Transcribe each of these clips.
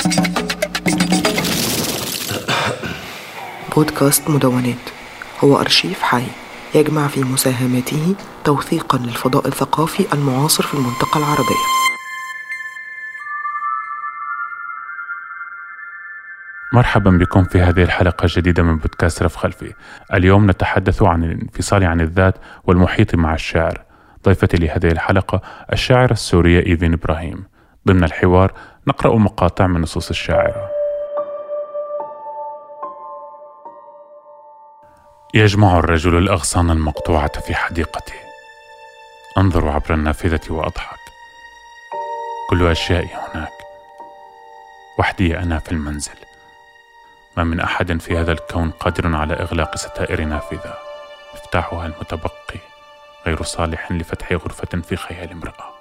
بودكاست مدونات هو أرشيف حي يجمع في مساهماته توثيقاً للفضاء الثقافي المعاصر في المنطقة العربية. مرحبا بكم في هذه الحلقة الجديدة من بودكاست رف خلفي. اليوم نتحدث عن الانفصال عن الذات والمحيط مع الشعر. ضيفتي لهذه الحلقة الشاعرة السورية إيفين إبراهيم. ضمن الحوار نقرأ مقاطع من نصوص الشاعرة. يجمع الرجل الأغصان المقطوعة في حديقته. أنظر عبر النافذة وأضحك. كل أشيائي هناك، وحدي أنا في المنزل. ما من أحد في هذا الكون قادر على إغلاق ستائر نافذة مفتاحها المتبقي غير صالح لفتح غرفة في خيال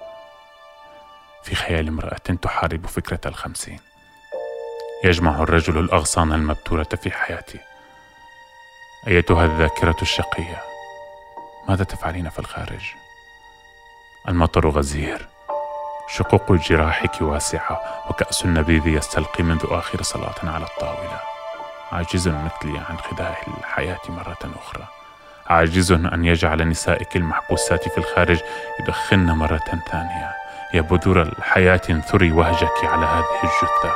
امرأة تحارب فكرة 50. يجمع الرجل الأغصان المبتورة في حياتي. أيتها الذاكرة الشقية، ماذا تفعلين في الخارج؟ المطر غزير، شقوق جراحك واسعة، وكأس النبيذ يستلقي منذ آخر صلاة على الطاولة. عاجز مثلي عن خداع الحياة مرة أخرى. عاجز أن يجعل نسائك المحبوسات في الخارج يدخن مرة ثانية. يا بذور الحياة انثري وهجك على هذه الجثة.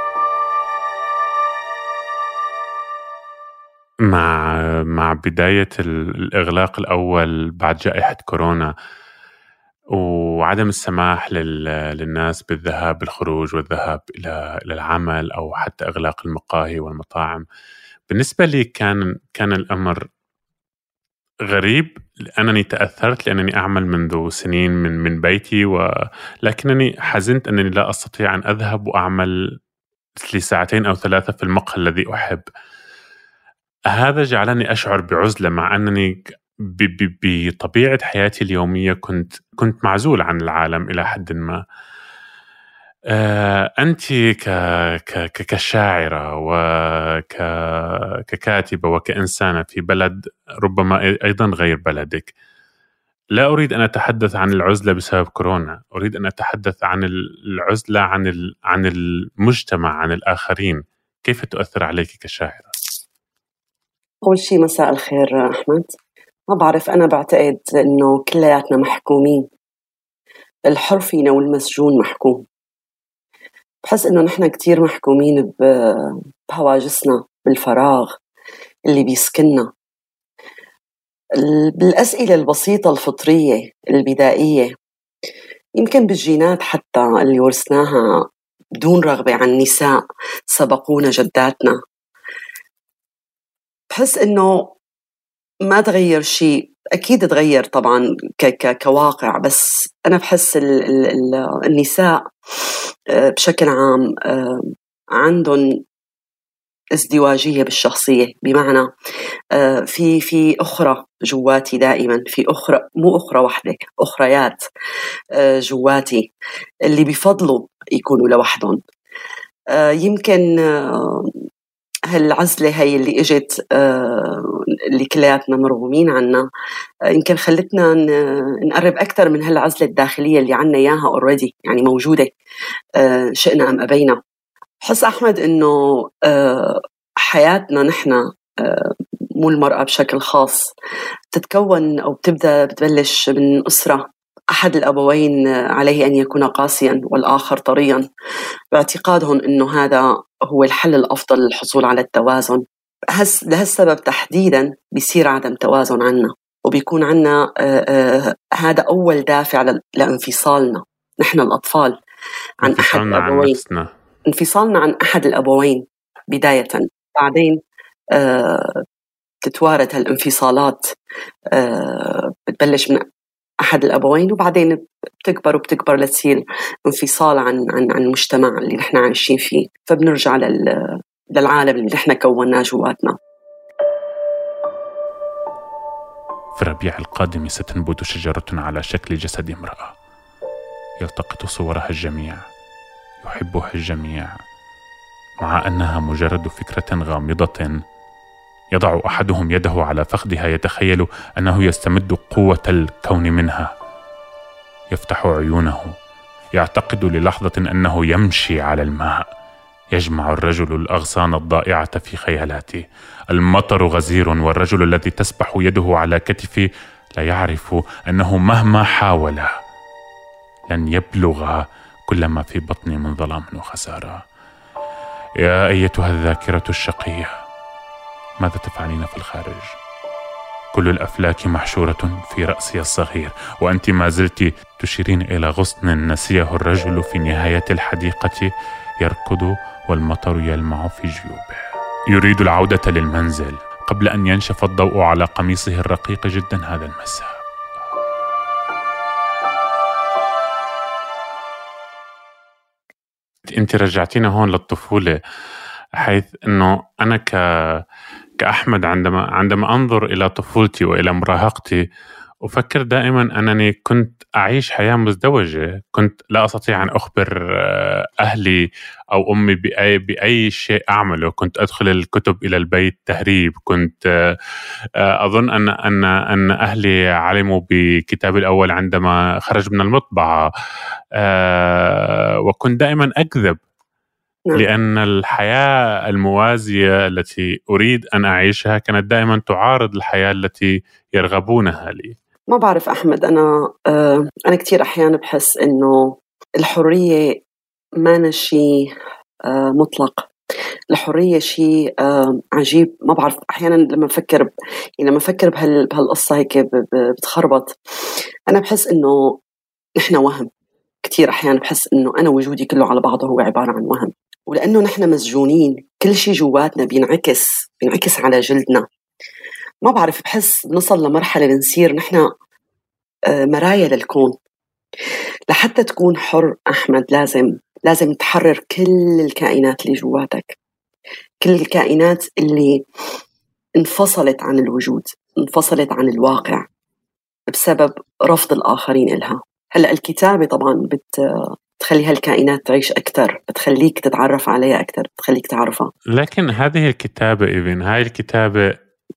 مع بداية الإغلاق الأول بعد جائحة كورونا وعدم السماح للناس بالخروج والذهاب إلى العمل أو حتى إغلاق المقاهي والمطاعم، بالنسبة لي كان الأمر غريب. أنني تأثرت لأنني أعمل منذ سنين من بيتي، ولكنني حزنت أنني لا أستطيع أن أذهب وأعمل لساعتين أو 3 في المقهى الذي أحب. هذا جعلني أشعر بعزلة، مع أنني بطبيعة حياتي اليومية كنت معزول عن العالم إلى حد ما. أنت كشاعرة وككاتبة وكإنسانة في بلد ربما أيضا غير بلدك، لا أريد أن أتحدث عن العزلة بسبب كورونا، أريد أن أتحدث عن العزلة عن المجتمع، عن الآخرين. كيف تؤثر عليك كشاعرة؟ أول شيء مساء الخير أحمد. ما بعرف، أنا بعتقد إنه كلياتنا محكومين، الحر فينا والمسجون محكوم. بحس إنه نحن كتير محكومين بهواجسنا، بالفراغ اللي بيسكننا، بالأسئلة البسيطة الفطرية البدائية، يمكن بالجينات حتى اللي ورثناها بدون رغبة عن نساء سبقونا جداتنا. بحس إنه ما تغير شيء، أكيد تغير طبعاً كواقع، بس أنا بحس النساء بشكل عام عندهم ازدواجية بالشخصية، بمعنى في أخرى جواتي دائماً، في أخرى، مو أخرى واحدة، أخريات جواتي اللي بيفضلوا يكونوا لوحدهم. يمكن هالعزلة هي اللي اجت اللي كلياتنا مرغومين عنها، يمكن خلتنا نقرب أكثر من هالعزلة الداخلية اللي عنا إياها already، يعني موجودة شئنا أم أبينا. بحس أحمد إنه حياتنا نحن، مو المرأة بشكل خاص، تتكون أو بتبلش من أسرة أحد الأبوين عليه أن يكون قاسياً والآخر طرياً، باعتقادهم إنه هذا هو الحل الأفضل للحصول على التوازن. لهالسبب تحديداً بيصير عدم توازن عنا، وبيكون عنا هذا أول دافع لانفصالنا نحن الأطفال عن أحد الأبوين. انفصالنا عن أحد الأبوين بداية، بعدين تتوارد هالانفصالات، بتبلش من أحد الأبوين، وبعدين بتكبر لتصير انفصال عن المجتمع اللي نحن عايشين فيه، فبنرجع للعالم اللي نحن كوناه جواتنا. في الربيع القادم ستنبت شجرة على شكل جسد امرأة. يلتقط صورها الجميع، يحبها الجميع، مع أنها مجرد فكرة غامضة. يضع أحدهم يده على فخذها، يتخيل أنه يستمد قوة الكون منها. يفتح عيونه، يعتقد للحظة أنه يمشي على الماء. يجمع الرجل الأغصان الضائعة في خيالاته. المطر غزير، والرجل الذي تسبح يده على كتفي لا يعرف أنه مهما حاول لن يبلغ كل ما في بطني من ظلام وخسارة. يا أيتها الذاكرة الشقية، ماذا تفعلين في الخارج؟ كل الأفلاك محشورة في رأسي الصغير، وأنت ما زلت تشيرين إلى غصن نسيه الرجل في نهاية الحديقة يركض والمطر يلمع في جيوبه. يريد العودة للمنزل قبل أن ينشف الضوء على قميصه الرقيق جدا هذا المساء. أنت رجعتينا هون للطفولة، حيث أنه أنا كأحمد عندما أنظر إلى طفولتي وإلى مراهقتي أفكر دائما أنني كنت أعيش حياة مزدوجة. كنت لا أستطيع أن أخبر أهلي أو أمي بأي شيء أعمله. كنت أدخل الكتب إلى البيت تهريب. كنت أظن أن أهلي علموا بكتابي الأول عندما خرج من المطبعة، وكنت دائما أكذب لأن الحياة الموازية التي أريد أن أعيشها كانت دائما تعارض الحياة التي يرغبونها لي. ما بعرف أحمد، أنا كتير أحيانا بحس إنه الحرية ما شيء مطلق. الحرية شيء عجيب. ما بعرف، أحيانا لما أفكر بهالقصة هيك بتخربط. أنا بحس إنه نحن وهم. كتير أحيانا بحس إنه أنا وجودي كله على بعضه هو عبارة عن وهم، ولأنه نحن مسجونين كل شيء جواتنا بينعكس على جلدنا. ما بعرف، بحس بنصل لمرحلة بنصير نحن مرايا للكون. لحتى تكون حر أحمد لازم تحرر كل الكائنات اللي جواتك، كل الكائنات اللي انفصلت عن الوجود، انفصلت عن الواقع بسبب رفض الآخرين إلها. هلأ الكتابة طبعاً بتخلي هالكائنات تعيش أكتر، بتخليك تتعرف عليها أكتر، بتخليك تعرفها. لكن هذه الكتابة هاي الكتابة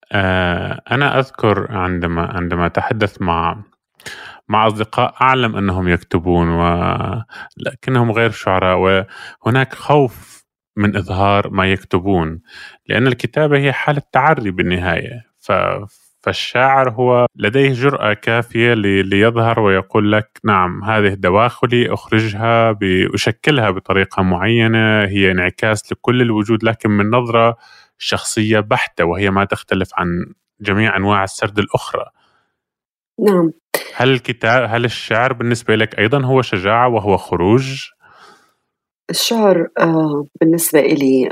أنا أذكر عندما أتحدث مع أصدقاء أعلم أنهم يكتبون ولكنهم غير شعراء، وهناك خوف من إظهار ما يكتبون، لأن الكتابة هي حالة تعري بالنهاية. فالشاعر هو لديه جرأة كافية ليظهر ويقول لك نعم هذه دواخلي أخرجها أشكلها بطريقة معينة، هي انعكاس لكل الوجود لكن من نظرة شخصية بحتة، وهي ما تختلف عن جميع أنواع السرد الأخرى. نعم. هل الشعر بالنسبة لك أيضا هو شجاعة وهو خروج؟ الشعر بالنسبة إلي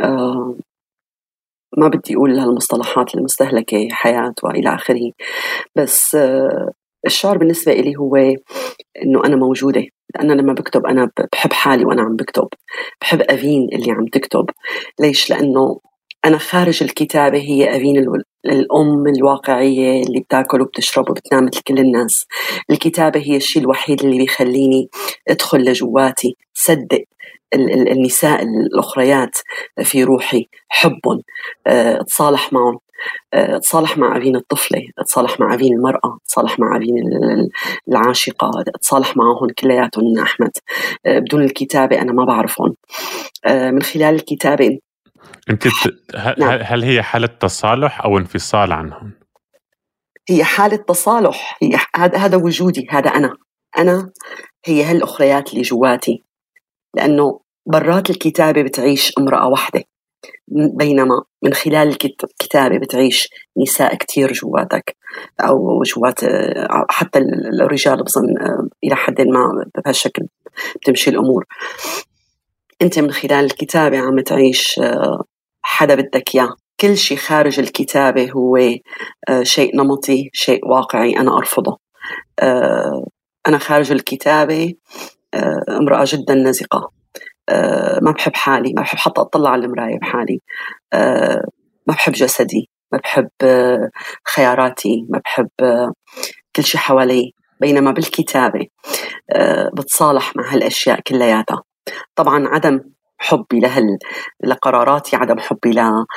ما بدي أقول هالمصطلحات المستهلكة، حياة وإلى آخره، بس الشعر بالنسبة إلي هو إنه أنا موجودة. لأن لما بكتب أنا بحب حالي وأنا عم بكتب، بحب أبين اللي عم تكتب. ليش؟ لأنه أنا خارج الكتابة هي أبين الأم الواقعية اللي بتاكل وبتشرب وبتنام مثل كل الناس. الكتابة هي الشيء الوحيد اللي بيخليني أدخل لجواتي، صدق النساء الأخريات في روحي، حبهم، اتصالح معهم، اتصالح مع أبين الطفلة، اتصالح مع أبين المرأة، اتصالح مع أبين العاشقة، اتصالح معهم كلياتهم أحمد. بدون الكتابة أنا ما بعرفهم. من خلال الكتابة أنت هل هي حالة تصالح أو انفصال عنهم؟ هي حالة تصالح. هي هذا وجودي، هذا أنا هي هالأخريات اللي جواتي. لأنه برات الكتابة بتعيش امرأة واحدة، بينما من خلال الكتابة بتعيش نساء كتير جواتك، أو جوات حتى الرجال بظن إلى حد ما بهالشكل بتمشي الأمور. أنت من خلال الكتابة عم تعيش حدا بدك إياه. كل شيء خارج الكتابة هو شيء نمطي، شيء واقعي أنا أرفضه. أنا خارج الكتابة امرأة جدا نزقة، ما بحب حالي، ما بحب حتى أطلع على المراية بحالي، ما بحب جسدي، ما بحب خياراتي، ما بحب كل شيء حوالي. بينما بالكتابة بتصالح مع هالأشياء كلياتها. طبعا عدم حبي لقراراتي، عدم حبي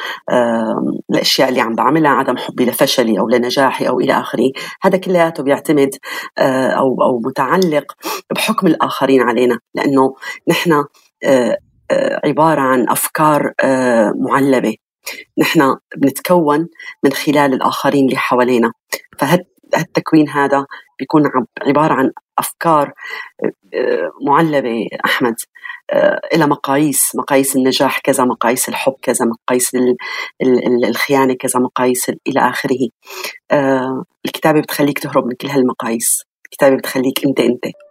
للأشياء اللي عم بعملها، عدم حبي لفشلي أو لنجاحي أو إلى آخره، هذا كلياته بيعتمد أو متعلق بحكم الآخرين علينا. لأنه نحن عبارة عن أفكار معلبة. نحن بنتكون من خلال الآخرين اللي حوالينا، فهالتكوين هذا بيكون عبارة عن أفكار معلبة أحمد، إلى مقاييس النجاح كذا، مقاييس الحب كذا، مقاييس الخيانة كذا، مقاييس إلى آخره. الكتابة بتخليك تهرب من كل هالمقاييس، الكتابة بتخليك أنت.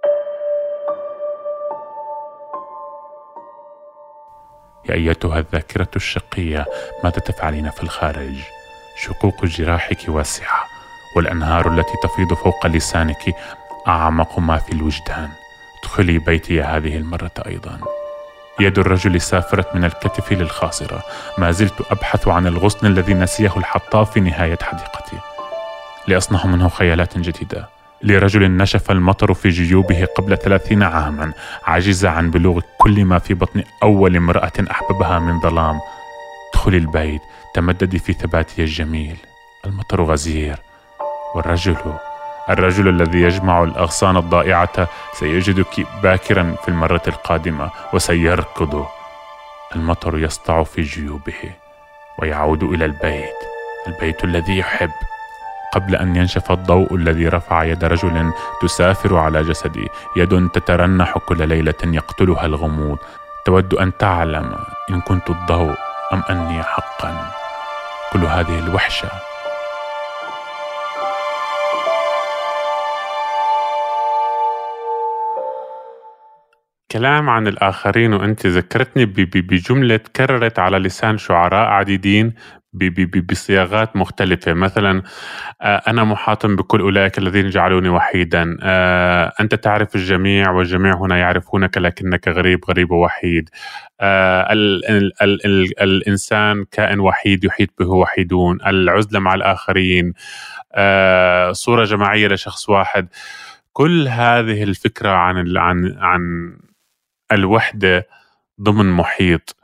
يا أيتها الذاكرة الشقية، ماذا تفعلين في الخارج؟ شقوق جراحك واسعة، والأنهار التي تفيض فوق لسانك أعمق ما في الوجدان. ادخلي بيتي هذه المرة أيضا. يد الرجل سافرت من الكتف للخاصرة. ما زلت أبحث عن الغصن الذي نسيه الحطاب في نهاية حديقتي لأصنع منه خيالات جديدة. لرجل نشف المطر في جيوبه قبل 30 عاما، عجز عن بلوغ كل ما في بطن أول امرأة أحببها من ظلام. ادخلي البيت، تمددي في ثباتي الجميل. المطر غزير، والرجل الذي يجمع الأغصان الضائعة سيجدك باكرا في المرة القادمة وسيركض. المطر يسطع في جيوبه ويعود إلى البيت الذي يحب. قبل أن ينشف الضوء الذي رفع يد رجل تسافر على جسدي، يد تترنح كل ليلة يقتلها الغموض. تود أن تعلم إن كنت الضوء أم أني حقا. كل هذه الوحشة. كلام عن الآخرين، وأنت ذكرتني بجملة تكررت على لسان شعراء عديدين بصياغات مختلفة. مثلا أنا محاط بكل أولئك الذين جعلوني وحيدا. أنت تعرف الجميع والجميع هنا يعرفونك لكنك غريب ووحيد. الإنسان كائن وحيد يحيط به وحيدون. العزلة مع الآخرين. صورة جماعية لشخص واحد. كل هذه الفكرة عن الوحدة ضمن محيط،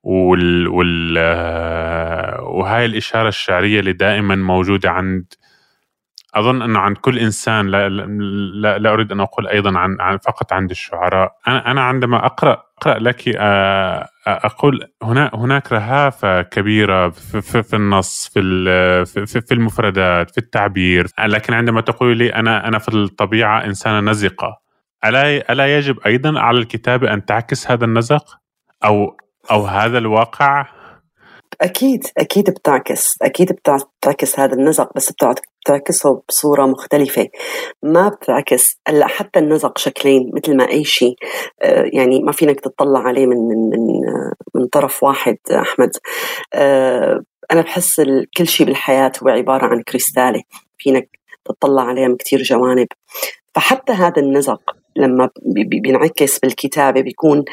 وهاي الإشارة الشعرية اللي دائما موجودة أظن أنه عند كل إنسان. لا أريد أن أقول أيضا عن فقط عند الشعراء. أنا عندما أقرأ لك أقول هناك رهافة كبيرة في النص، في المفردات، في التعبير. لكن عندما تقول لي أنا في الطبيعة إنسانة نزقة، ألا يجب أيضا على الكتابة أن تعكس هذا النزق أو هذا الواقع؟ أكيد بتعكس هذا النزق، بس بتعكسه بصورة مختلفة. ما بتعكس حتى النزق شكلين مثل ما أي شيء، يعني ما فينك تطلع عليه من طرف واحد أحمد. أنا بحس كل شيء بالحياة هو عبارة عن كريستالة، فينك تطلع عليه من كتير جوانب. فحتى هذا النزق لما بينعكس بالكتابة بيكون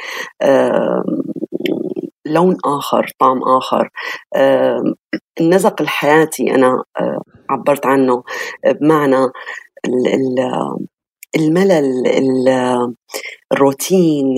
لون آخر، طعم آخر. النزق الحياتي أنا عبرت عنه بمعنى الملل، الروتين،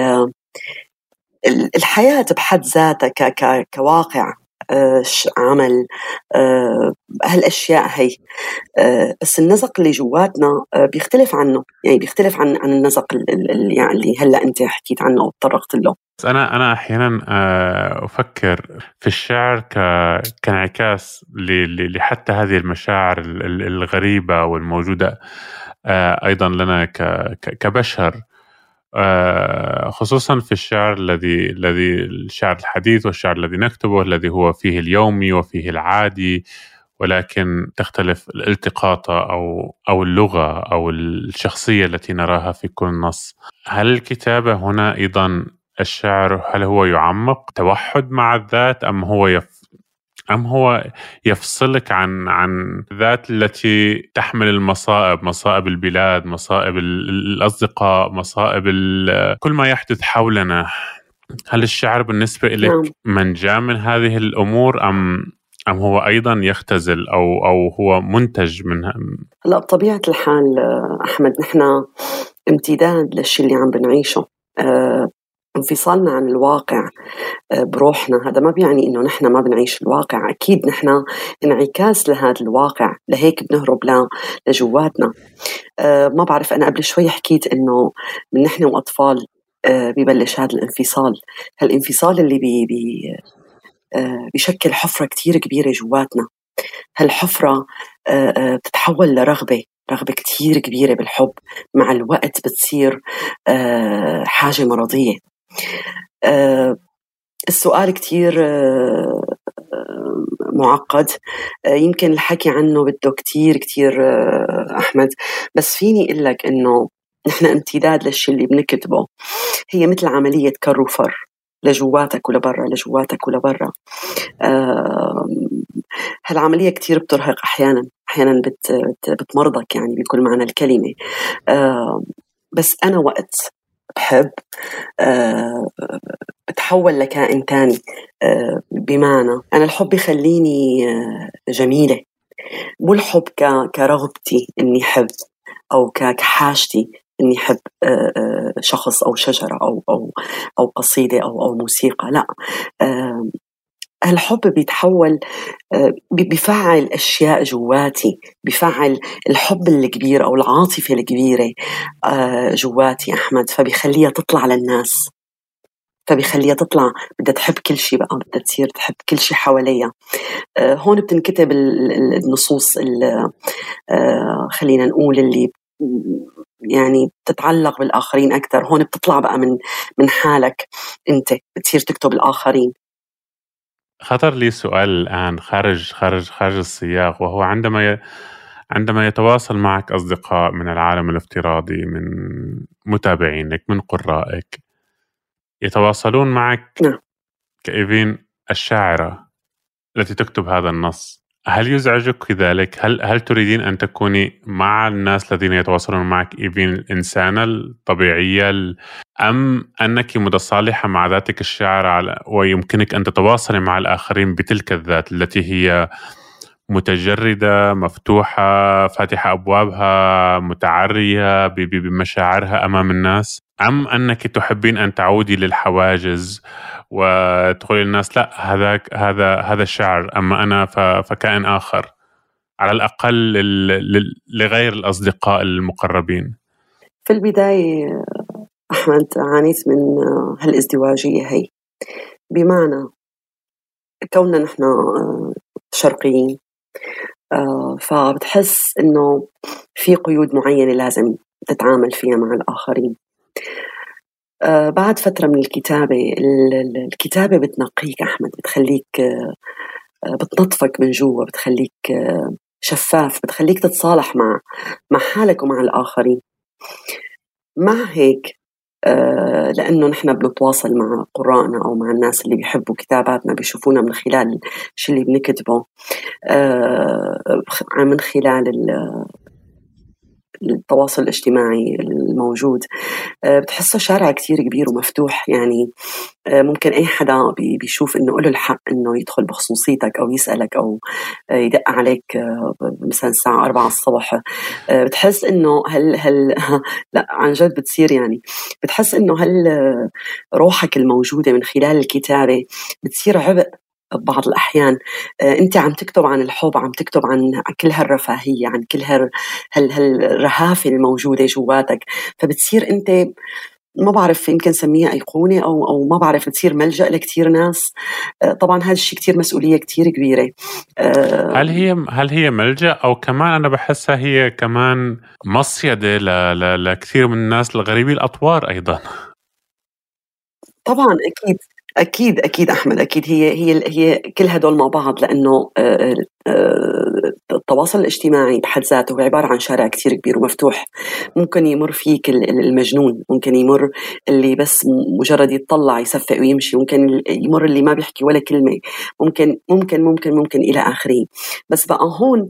الحياة بحد ذاتها كواقع، عمل، هالأشياء هي. بس النزق اللي جواتنا بيختلف عنه، يعني بيختلف عن النزق اللي هلأ أنت حكيت عنه وتطرقت له. أنا أحيانا أفكر في الشعر كانعكاس لحتى هذه المشاعر الغريبة والموجودة أيضا لنا كبشر، خصوصا في الشعر الذي الشعر الحديث والشعر الذي نكتبه، الذي هو فيه اليومي وفيه العادي، ولكن تختلف الالتقاطة أو اللغة أو الشخصية التي نراها في كل نص. هل الكتابة هنا أيضا الشعر هل هو يعمق توحد مع الذات أم هو يفصلك عن الذات التي تحمل المصائب، مصائب البلاد، مصائب الأصدقاء، مصائب كل ما يحدث حولنا؟ هل الشعر بالنسبة لك منجا من هذه الأمور أم هو أيضا يختزل أو هو منتج منها؟ لا، بطبيعة الحال أحمد نحن امتداد للشيء اللي عم بنعيشه. انفصالنا عن الواقع بروحنا هذا ما بيعني إنه نحن ما بنعيش الواقع. أكيد نحن انعكاس لهذا الواقع، لهيك بنهرب لجواتنا. ما بعرف، أنا قبل شوي حكيت إنه من نحن وأطفال ببلش هذا الانفصال. هالانفصال اللي بيشكل حفرة كتير كبيرة جواتنا. هالحفرة بتتحول لرغبة كتير كبيرة بالحب، مع الوقت بتصير حاجة مرضية. السؤال كتير معقد، يمكن الحكي عنه بده كتير أحمد، بس فيني أقول لك إنه نحن امتداد للشي اللي بنكتبه. هي مثل عملية كر وفر، لجواتك ولبرا، لجواتك ولبرا. هالعملية كتير بترهق أحيانا بتمرضك يعني بكل معنى الكلمة. بس أنا وقت بحب بتحول لكائن تاني. بمعنى أنا الحب بيخليني جميلة، مو الحب كرغبتي إني حب أو كحاجتي إني حب شخص أو شجرة أو قصيدة أو موسيقى. لا، الحب بيتحول، بيفعل أشياء جواتي، بيفعل الحب الكبير أو العاطفة الكبيرة جواتي أحمد، فبيخليها تطلع للناس، فبيخليها تطلع بدها تحب كل شيء، بقى بدها تصير تحب كل شيء حواليها. هون بتنكتب النصوص خلينا نقول اللي يعني تتعلق بالآخرين أكثر. هون بتطلع بقى من حالك أنت، بتصير تكتب الآخرين. خطر لي سؤال الآن خارج السياق، وهو عندما يتواصل معك أصدقاء من العالم الافتراضي، من متابعينك، من قرائك، يتواصلون معك كإيفين الشاعرة التي تكتب هذا النص، هل يزعجك ذلك؟ هل تريدين أن تكوني مع الناس الذين يتواصلون معك إيفين الإنسانة الطبيعية، أم أنك متصالحة مع ذاتك الشاعرة ويمكنك أن تتواصلي مع الآخرين بتلك الذات التي هي متجردة، مفتوحة، فاتحة أبوابها، متعرية بمشاعرها أمام الناس، أم أنك تحبين أن تعودي للحواجز وتقولي للناس لا، هذا الشعر، أما أنا فكائن آخر، على الأقل لغير الأصدقاء المقربين؟ في البداية أحمد عانيت من هالازدواجية هي، بمعنى كوننا نحن شرقيين، فبتحس إنه في قيود معينة لازم تتعامل فيها مع الآخرين. بعد فترة من الكتابة بتنقيك أحمد، بتخليك بتنطفك من جوا، بتخليك شفاف، بتخليك تتصالح مع حالك ومع الآخرين. مع هيك لأنه نحن بنتواصل مع قراءنا أو مع الناس اللي بيحبوا كتاباتنا، بيشوفونا من خلال الشيء اللي بنكتبه، من خلال التواصل الاجتماعي الموجود. بتحسه شارع كتير كبير ومفتوح، يعني ممكن أي حدا بيشوف إنه له الحق إنه يدخل بخصوصيتك أو يسألك أو يدق عليك مثلا الساعة 4 الصبح. بتحس إنه لا عن جد بتصير، يعني بتحس إنه روحك الموجودة من خلال الكتابة بتصير عبء ببعض الأحيان. أنت عم تكتب عن الحب، عم تكتب عن كل هالرفاهية، عن كل هالرهافة الموجودة جواتك، فبتصير أنت ما بعرف يمكن سميها أيقونة أو ما بعرف، بتصير ملجأ لكتير ناس. طبعا هذا الشيء كتير مسؤولية كتير كبيرة. هل هي ملجأ، أو كمان أنا بحسها هي كمان مصيدة لكثير من الناس الغريبي الأطوار أيضا؟ طبعا أكيد أحمد، أكيد هي كل هدول مع بعض، لأنه التواصل الاجتماعي بحد ذاته هو عبارة عن شارع كتير كبير ومفتوح. ممكن يمر فيك المجنون، ممكن يمر اللي بس مجرد يتطلع يصفق ويمشي، ممكن يمر اللي ما بيحكي ولا كلمة، ممكن إلى آخره. بس بقى هون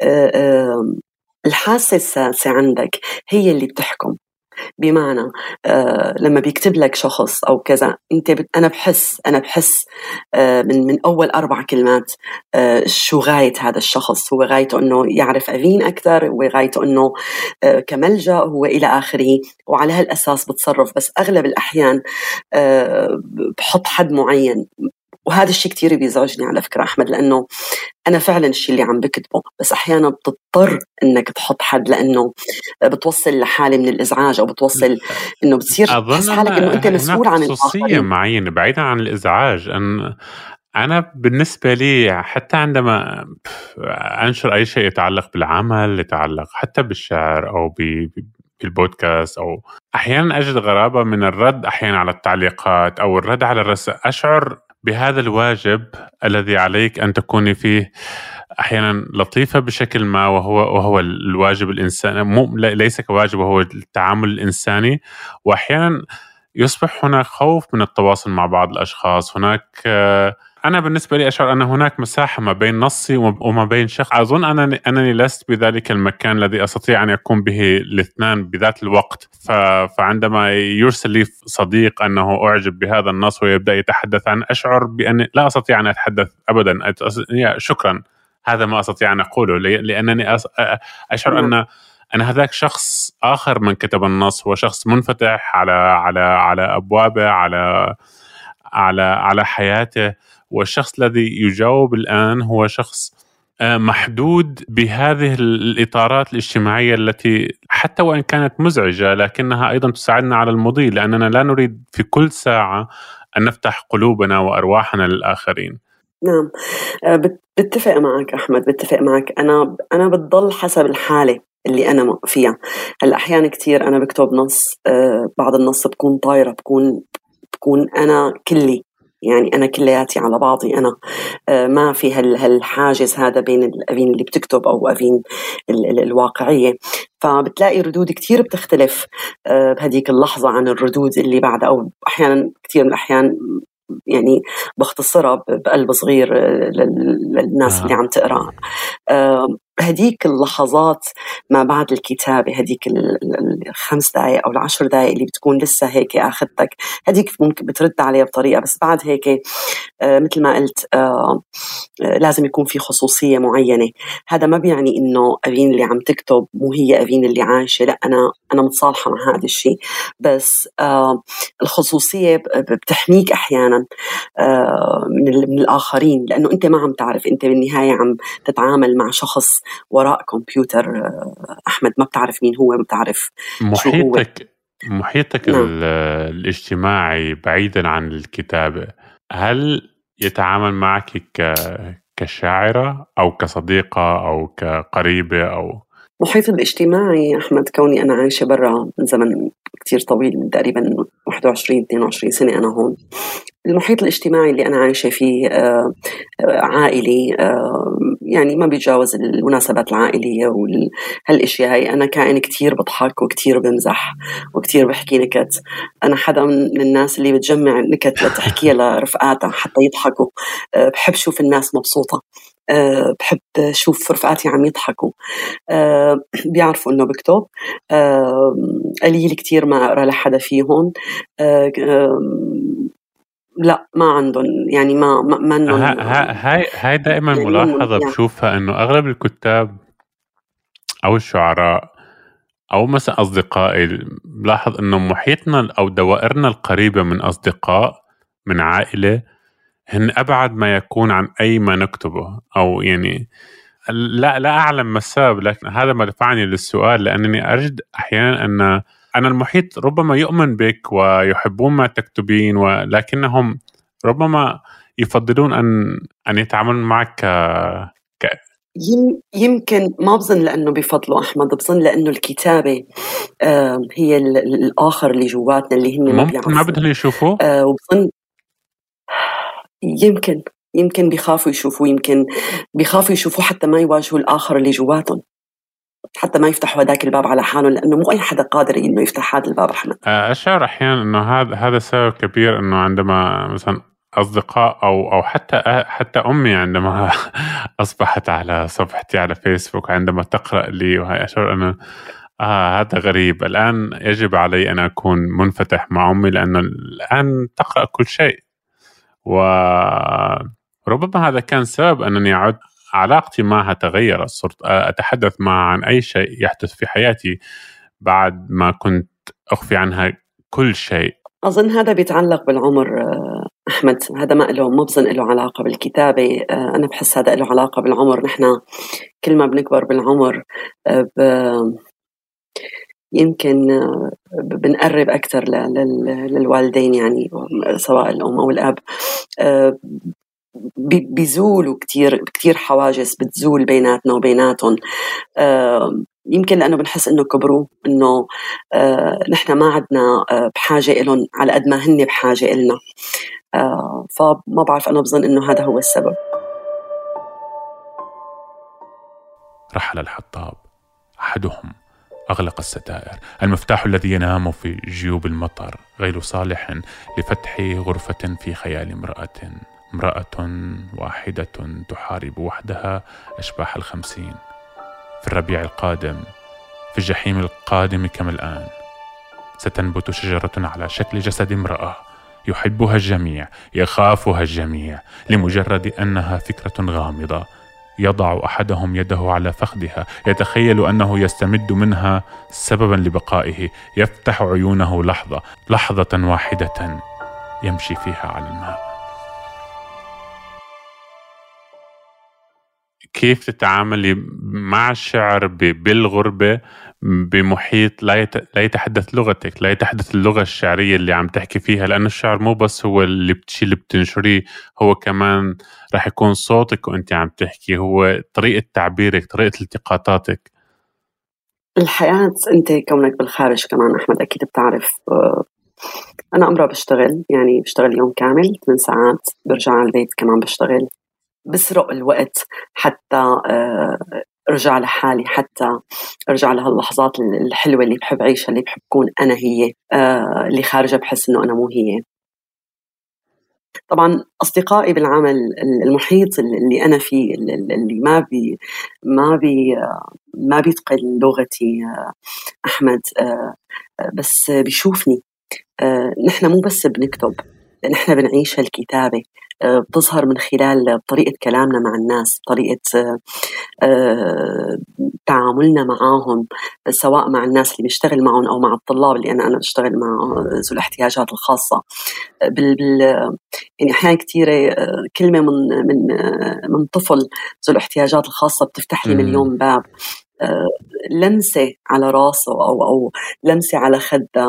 الحاسة السادسة عندك هي اللي بتحكم. بمعنى لما بيكتب لك شخص أو كذا، أنا بحس من أول 4 كلمات شو غاية هذا الشخص. هو غايته أنه يعرف أفين أكثر، هو غايته أنه كملجأ، هو إلى آخره، وعلى هالأساس بتصرف. بس أغلب الأحيان بحط حد معين، وهذا الشيء كتير بيزعجني على فكرة أحمد، لأنه أنا فعلا الشيء اللي عم بكتبه، بس أحيانا بتضطر إنك تحط حد، لأنه بتوصل لحالة من الإزعاج، أو بتوصل إنه بتصير تحس أظن حالك إنه أنت هناك مسؤول عن خصوصية الآخرين. معينة بعيدا عن الإزعاج. أنا بالنسبة لي حتى عندما أنشر أي شيء يتعلق بالعمل، يتعلق حتى بالشعر أو بالبودكاست، أو أحيانا أجد غرابة من الرد أحيانا على التعليقات أو الرد على الرسائل. أشعر بهذا الواجب الذي عليك أن تكوني فيه أحيانا لطيفة بشكل ما، وهو الواجب الإنساني، ليس كواجب، وهو التعامل الإنساني. وأحيانا يصبح هناك خوف من التواصل مع بعض الأشخاص. هناك أنا بالنسبة لي أشعر أن هناك مساحة ما بين نصي وما بين شخص. أظن أنني لست بذلك المكان الذي أستطيع أن أكون به الاثنان بذات الوقت. فعندما يرسل لي صديق أنه أعجب بهذا النص ويبدأ يتحدث عنه، أشعر بأن لا أستطيع أن أتحدث أبدا. شكرا، هذا ما أستطيع أن أقوله، لأنني أشعر أن هذاك شخص آخر من كتب النص، هو شخص منفتح على أبوابه، على حياته. والشخص الذي يجاوب الآن هو شخص محدود بهذه الإطارات الاجتماعية التي حتى وإن كانت مزعجة لكنها أيضا تساعدنا على المضي، لأننا لا نريد في كل ساعة أن نفتح قلوبنا وأرواحنا للآخرين. نعم، بتفق معك أحمد، بتفق معك. أنا بتضل حسب الحالة اللي أنا فيها. هلا أحيانا كتير أنا بكتب نص، بعض النص بكون طايرة، بكون أنا كلي، يعني أنا كلياتي على بعضي، أنا ما في هالحاجز هذا بين الأبين اللي بتكتب أو أبين الواقعية. فبتلاقي ردود كتير بتختلف بهديك اللحظة عن الردود اللي بعدها، أو أحيانا كتير من الأحيان يعني بختصرها بقلب صغير للناس اللي عم تقرأ. هديك اللحظات ما بعد الكتابة، هديك 5 دقائق أو 10 دقائق اللي بتكون لسه هيك أخذتك، هديك ممكن بترد عليها بطريقة، بس بعد هيك مثل ما قلت لازم يكون في خصوصية معينة. هذا ما بيعني إنه أبين اللي عم تكتب مو هي أبين اللي عايشة، لا، أنا متصالحة مع هذا الشيء، بس الخصوصية بتحميك أحيانا من الآخرين، لأنه أنت ما عم تعرف، أنت بالنهاية عم تتعامل مع شخص وراء كمبيوتر أحمد، ما بتعرف مين هو، ما بتعرف شو هو. محيطك الاجتماعي بعيدا عن الكتابة، هل يتعامل معك كشاعرة أو كصديقة أو كقريبة؟ أو محيط الاجتماعي أحمد، كوني أنا عايشة برا من زمن كتير طويل، من تقريبا 21-22 سنة أنا هون. المحيط الاجتماعي اللي أنا عايشة فيه عائلي، يعني ما بيتجاوز المناسبات العائلية وهالاشياء هاي. أنا كائن كتير بضحك وكتير بمزح وكتير بحكي نكت. أنا حدا من الناس اللي بتجمع نكت لتحكيها لرفقاتها حتى يضحكوا. بحب شوف الناس مبسوطة، بحب شوف رفقاتي عم يضحكوا، بيعرفوا إنه بكتب. قليل كتير ما أقرأ لحدا فيهم. لا، ما عندهم، يعني ما إنه هاي دائما يعني ملاحظة بشوفها، إنه أغلب الكتاب أو الشعراء أو مثلا أصدقائي، بلاحظ إنه محيطنا أو دوائرنا القريبة من أصدقاء، من عائلة، هن أبعد ما يكون عن أي ما نكتبه. أو يعني لا أعلم ما السبب، لكن هذا ما دفعني للسؤال، لأنني أجد أحيانا أن المحيط ربما يؤمن بك ويحبون ما تكتبين، ولكنهم ربما يفضلون أن يتعاملون معك يمكن ما بظن لأنه بفضلوا أحمد، بظن لأنه الكتابة هي الآخر اللي جواتنا اللي هن ما بيعرفوا، ما بدهم يشوفوا. وبظن يمكن بيخافوا يشوفوا، يمكن بيخافوا يشوفوا حتى ما يواجهوا الآخر اللي جواتهم، حتى ما يفتحوا هذاك الباب على حالهم، لأنه مو أي حدا قادر إنه يفتح هذا الباب. أحمد، أشعر أحيانا إنه هذا سبب كبير، إنه عندما مثلا أصدقاء أو حتى أمي عندما أصبحت على صفحتي على فيسبوك، عندما تقرأ لي، وهي أشعر أنه هذا غريب. الآن يجب علي أن أكون منفتح مع أمي، لأنه الآن تقرأ كل شيء. وربما هذا كان سبب أنني علاقتي معها تغيرت، صرت أتحدث معها عن أي شيء يحدث في حياتي بعد ما كنت أخفي عنها كل شيء. أظن هذا بيتعلق بالعمر أحمد. هذا ما بظن له علاقة بالكتابة. أنا بحس هذا له علاقة بالعمر. نحن كل ما بنكبر بالعمر يمكن بنقرب أكثر للوالدين، يعني سواء الأم أو الأب. بيزولوا كتير حواجز بتزول بيناتنا وبيناتهم. يمكن لأنه بنحس إنه كبروا، إنه نحن ما عدنا بحاجة إلهم على قد ما هن بحاجة إلنا. فما بعرف، أنا بظن إنه هذا هو السبب. رحل الحطاب، أحدهم أغلق الستائر. المفتاح الذي ينام في جيوب المطر غير صالح لفتح غرفة في خيال امرأة واحدة تحارب وحدها أشباح 50 في الربيع القادم، في الجحيم القادم كما الآن. ستنبت شجرة على شكل جسد امرأة يحبها الجميع، يخافها الجميع، لمجرد أنها فكرة غامضة. يضع أحدهم يده على فخذها، يتخيل أنه يستمد منها سببا لبقائه، يفتح عيونه لحظة واحدة يمشي فيها على الماء. كيف تتعاملي مع الشعر بالغربة بمحيط لا يتحدث لغتك، لا يتحدث اللغة الشعرية اللي عم تحكي فيها؟ لأن الشعر مو بس هو اللي بتنشريه، هو كمان راح يكون صوتك وانت عم تحكي، هو طريقة تعبيرك، طريقة التقاطاتك. الحياة أنت كونك بالخارج كمان أحمد أكيد بتعرف. أنا أمرأة بشتغل يوم كامل 8 ساعات، برجع على البيت كمان بشتغل، بسرق الوقت حتى ارجع لحالي، حتى ارجع لهاللحظات الحلوة اللي بحب عيشها، اللي بحب كون أنا هي، اللي خارجة بحس إنه أنا مو هي. طبعا أصدقائي بالعمل، المحيط اللي أنا فيه، اللي ما بيتقن لغتي أحمد، بس بيشوفني. نحن مو بس بنكتب، نحن بنعيش الكتابة. بتظهر من خلال طريقة كلامنا مع الناس، طريقة تعاملنا معهم، سواء مع الناس اللي بيشتغل معهم أو مع الطلاب، اللي أنا بشتغل مع ذو الاحتياجات الخاصة. يعني أحيانا كتيرة كلمة من طفل ذو الاحتياجات الخاصة بتفتح لي مليون باب. لمسة على راسه أو لمسة على خده،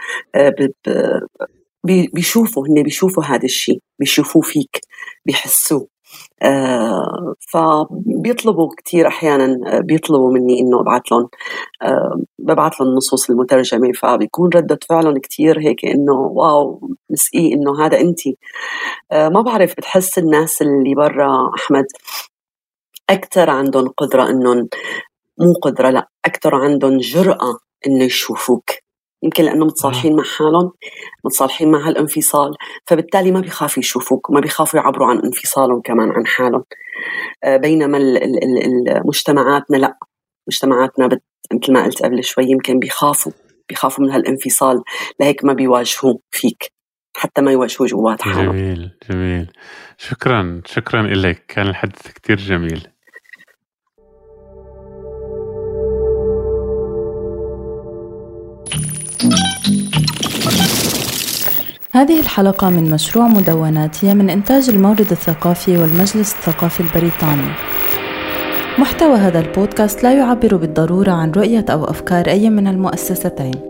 بيشوفوا هذا الشيء، بيشوفوه فيك، بيحسوه. فبيطلبوا كتير أحيانا، بيطلبوا مني إنه ببعث لهم النصوص المترجمة، فبيكون ردة فعلهم كتير هيك إنه واو مسئي إنه هذا أنتي. ما بعرف، بتحس الناس اللي برا أحمد أكتر عندهم قدرة، إنهم مو قدرة، لا، أكتر عندهم جرأة إنه يشوفوك، يمكن لأنه متصالحين مع حالهم، متصالحين مع هالانفصال، فبالتالي ما بيخافوا يشوفوك، ما بيخافوا يعبروا عن انفصالهم كمان عن حالهم. بينما مجتمعاتنا لا، مجتمعاتنا مثل ما قلت قبل شوي يمكن بيخافوا من هالانفصال، لهيك ما بيواجهوه فيك، حتى ما يواجهوه جوات حالهم. جميل. شكرا إليك، كان الحديث كتير جميل. هذه الحلقة من مشروع مدونات، هي من إنتاج المورد الثقافي والمجلس الثقافي البريطاني. محتوى هذا البودكاست لا يعبر بالضرورة عن رؤية أو أفكار أي من المؤسستين.